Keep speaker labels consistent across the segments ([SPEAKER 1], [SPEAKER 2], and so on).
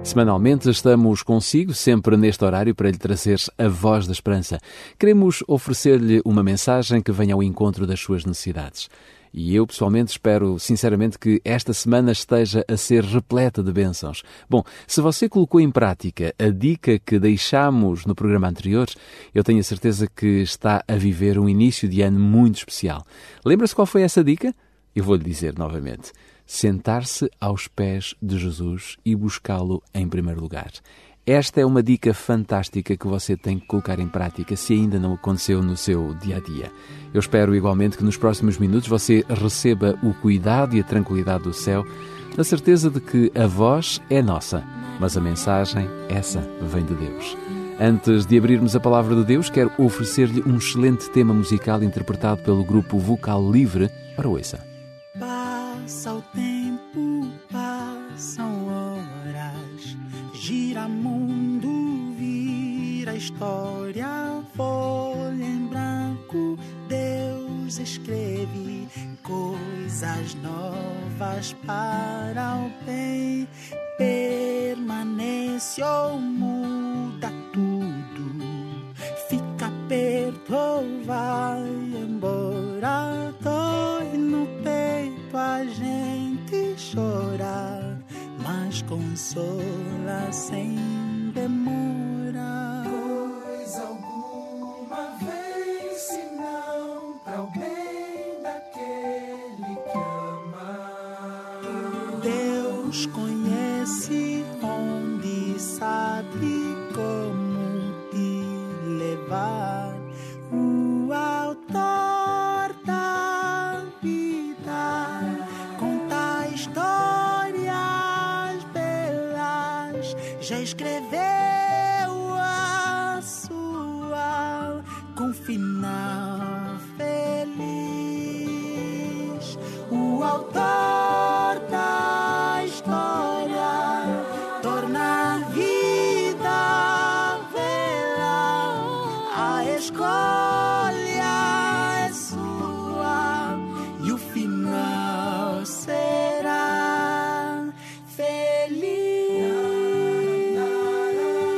[SPEAKER 1] Semanalmente estamos consigo, sempre neste horário, para lhe trazer a voz da esperança. Queremos oferecer-lhe uma mensagem que venha ao encontro das suas necessidades. E eu, pessoalmente, espero sinceramente que esta semana esteja a ser repleta de bênçãos. Bom, se você colocou em prática a dica que deixámos no programa anterior, eu tenho a certeza que está a viver um início de ano muito especial. Lembra-se qual foi essa dica? Eu vou-lhe dizer novamente. Sentar-se aos pés de Jesus e buscá-lo em primeiro lugar. Esta é uma dica fantástica que você tem que colocar em prática se ainda não aconteceu no seu dia-a-dia. Eu espero igualmente que nos próximos minutos você receba o cuidado e a tranquilidade do céu, na certeza de que a voz é nossa, mas a mensagem, essa, vem de Deus. Antes de abrirmos a Palavra de Deus, quero oferecer-lhe um excelente tema musical interpretado pelo grupo Vocal Livre. Ora, ouça.
[SPEAKER 2] Passa o tempo, passam horas, gira mundo, vira história, folha em branco, Deus escreve coisas novas para o bem, permanece ou muda tudo, fica perto ou vai embora, dói no peito a gente chora, mas consola sem demora. Pois alguma vez, se não para o bem daquele que ama, Deus conhece onde sabe como te levar. O autor da vida conta histórias belas, já escreveu a sua com final feliz. O autor da história torna a vida bela, a escolha é sua e o final será feliz.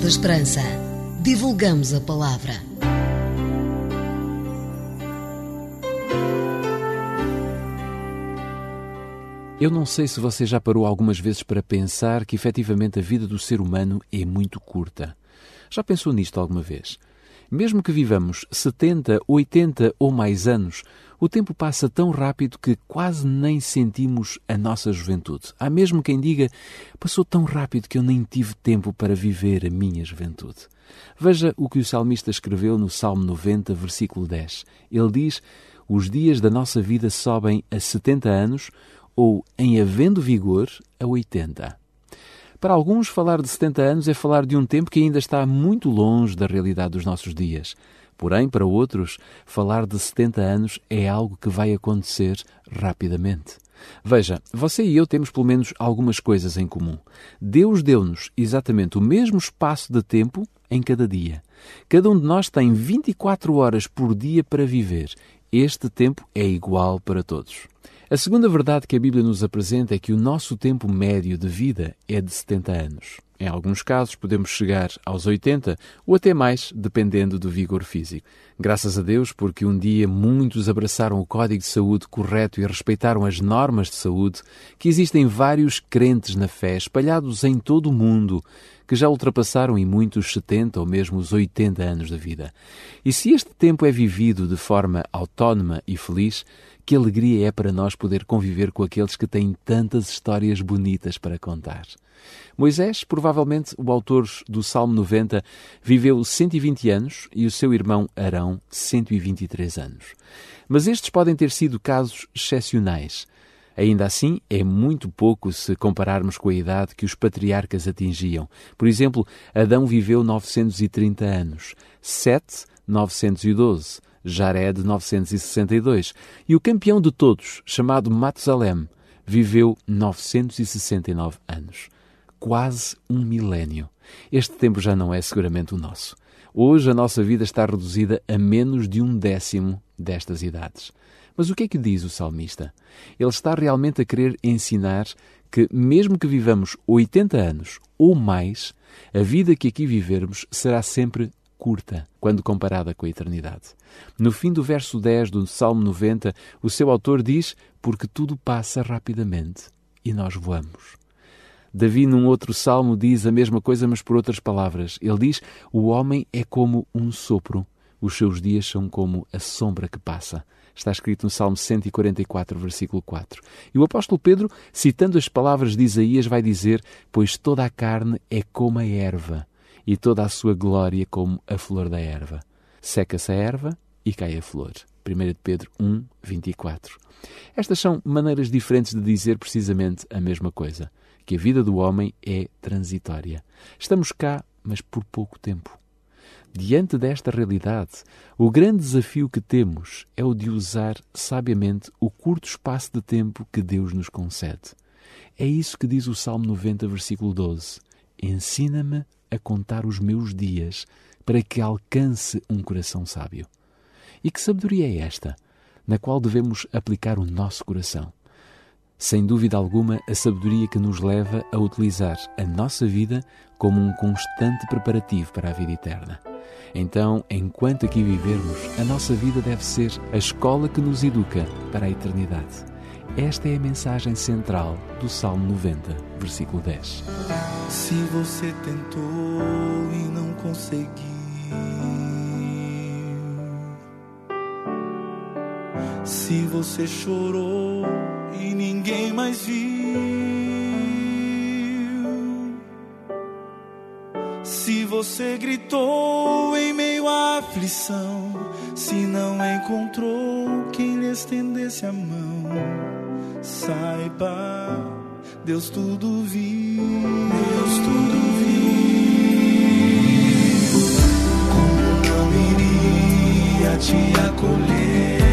[SPEAKER 3] da Esperança. Divulgamos a palavra.
[SPEAKER 1] Eu não sei se você já parou algumas vezes para pensar que efetivamente a vida do ser humano é muito curta. Já pensou nisto alguma vez? Mesmo que vivamos 70, 80 ou mais anos, o tempo passa tão rápido que quase nem sentimos a nossa juventude. Há mesmo quem diga, passou tão rápido que eu nem tive tempo para viver a minha juventude. Veja o que o salmista escreveu no Salmo 90, versículo 10. Ele diz, os dias da nossa vida sobem a 70 anos, ou, em havendo vigor, a 80. Para alguns, falar de 70 anos é falar de um tempo que ainda está muito longe da realidade dos nossos dias. Porém, para outros, falar de 70 anos é algo que vai acontecer rapidamente. Veja, você e eu temos pelo menos algumas coisas em comum. Deus deu-nos exatamente o mesmo espaço de tempo em cada dia. Cada um de nós tem 24 horas por dia para viver. Este tempo é igual para todos. A segunda verdade que a Bíblia nos apresenta é que o nosso tempo médio de vida é de 70 anos. Em alguns casos podemos chegar aos 80 ou até mais, dependendo do vigor físico. Graças a Deus, porque um dia muitos abraçaram o Código de Saúde correto e respeitaram as normas de saúde, que existem vários crentes na fé espalhados em todo o mundo, que já ultrapassaram em muitos 70 ou mesmo os 80 anos da vida. E se este tempo é vivido de forma autónoma e feliz, que alegria é para nós poder conviver com aqueles que têm tantas histórias bonitas para contar. Moisés, provavelmente o autor do Salmo 90, viveu 120 anos e o seu irmão Arão 123 anos. Mas estes podem ter sido casos excepcionais. Ainda assim, é muito pouco se compararmos com a idade que os patriarcas atingiam. Por exemplo, Adão viveu 930 anos, Sete, 912, Jared, 962, e o campeão de todos, chamado Matusalém, viveu 969 anos. Quase um milénio. Este tempo já não é seguramente o nosso. Hoje a nossa vida está reduzida a menos de 1/10 destas idades. Mas o que é que diz o salmista? Ele está realmente a querer ensinar que, mesmo que vivamos 80 anos ou mais, a vida que aqui vivermos será sempre curta, quando comparada com a eternidade. No fim do verso 10 do Salmo 90, o seu autor diz, porque tudo passa rapidamente e nós voamos. Davi, num outro salmo, diz a mesma coisa, mas por outras palavras. Ele diz, o homem é como um sopro, os seus dias são como a sombra que passa. Está escrito no Salmo 144, versículo 4. E o apóstolo Pedro, citando as palavras de Isaías, vai dizer, pois toda a carne é como a erva, e toda a sua glória como a flor da erva. Seca-se a erva e cai a flor. 1 Pedro 1, 24. Estas são maneiras diferentes de dizer precisamente a mesma coisa, que a vida do homem é transitória. Estamos cá, mas por pouco tempo. Diante desta realidade, o grande desafio que temos é o de usar sabiamente o curto espaço de tempo que Deus nos concede. É isso que diz o Salmo 90, versículo 12. Ensina-me a contar os meus dias para que alcance um coração sábio. E que sabedoria é esta, na qual devemos aplicar o nosso coração? Sem dúvida alguma, a sabedoria que nos leva a utilizar a nossa vida como um constante preparativo para a vida eterna. Então, enquanto aqui vivermos, a nossa vida deve ser a escola que nos educa para a eternidade. Esta é a mensagem central do Salmo 90, versículo 10.
[SPEAKER 2] Se você tentou e não conseguiu, se você chorou e ninguém mais viu, se você gritou em meio à aflição, se não encontrou quem lhe estendesse a mão, saiba, Deus tudo viu, Deus tudo viu. Como não iria te acolher?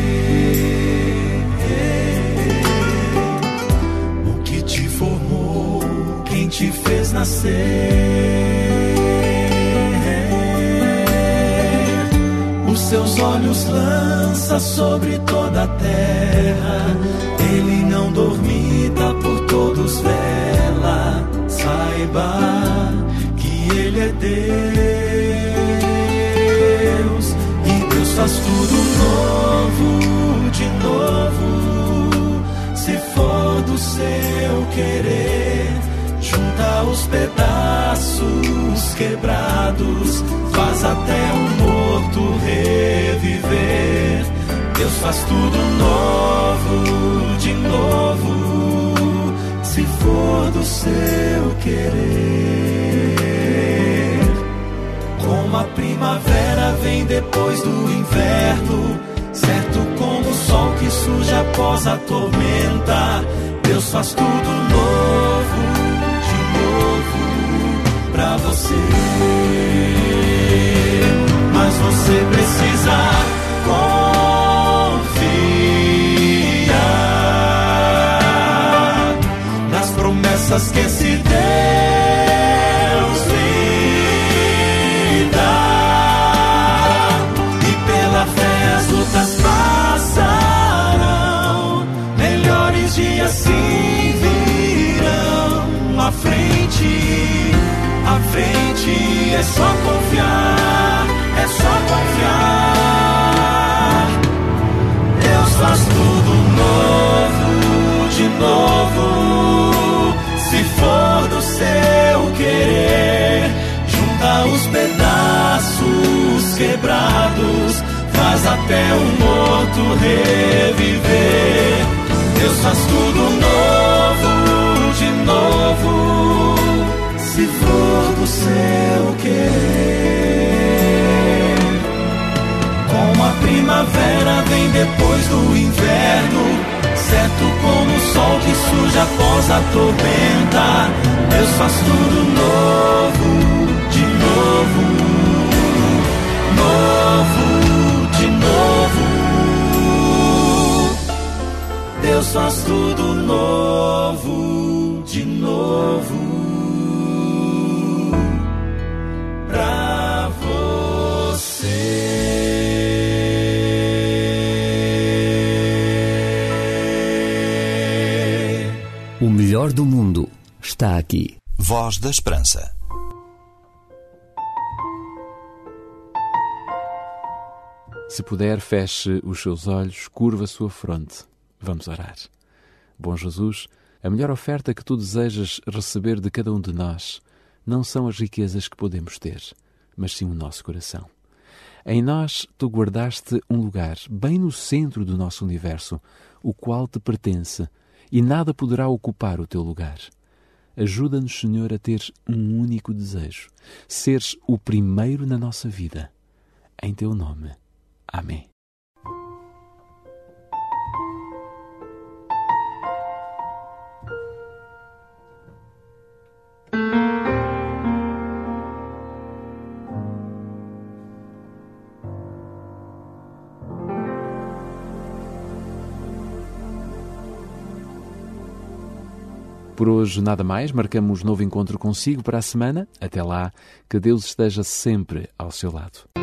[SPEAKER 2] O que te formou, quem te fez nascer? Os seus olhos lança sobre toda a terra, Ele não dormita, por todos vela. Saiba que Ele é Deus, e Deus faz tudo novo, de novo. Se for do seu querer, junta os pedaços quebrados, faz até um morto reviver. Deus faz tudo novo, de novo, se for do seu querer. Como a primavera vem depois do inverno, certo como o sol que surge após a tormenta, Deus faz tudo novo, de novo, pra você. Mas você precisa confiar nas promessas que esse Deus lhe dá, e pela fé as lutas passarão, melhores dias se virão à frente. À frente é só confiar, é só confiar. Deus faz tudo novo, de novo. Se for do seu querer, junta os pedaços quebrados, faz até o morto reviver. Deus faz tudo novo, de novo. Se for do seu querer. Como a primavera vem depois do inverno, certo como o sol que surge após a tormenta, Deus faz tudo novo, de novo, novo, de novo. Deus faz tudo novo, de novo.
[SPEAKER 4] O melhor do mundo está aqui.
[SPEAKER 5] Voz da Esperança.
[SPEAKER 1] Se puder, feche os seus olhos, curva a sua fronte. Vamos orar. Bom Jesus, a melhor oferta que tu desejas receber de cada um de nós não são as riquezas que podemos ter, mas sim o nosso coração. Em nós, tu guardaste um lugar bem no centro do nosso universo, o qual te pertence, e nada poderá ocupar o teu lugar. Ajuda-nos, Senhor, a ter um único desejo, seres o primeiro na nossa vida. Em teu nome. Amém. Por hoje nada mais, marcamos novo encontro consigo para a semana. Até lá, que Deus esteja sempre ao seu lado.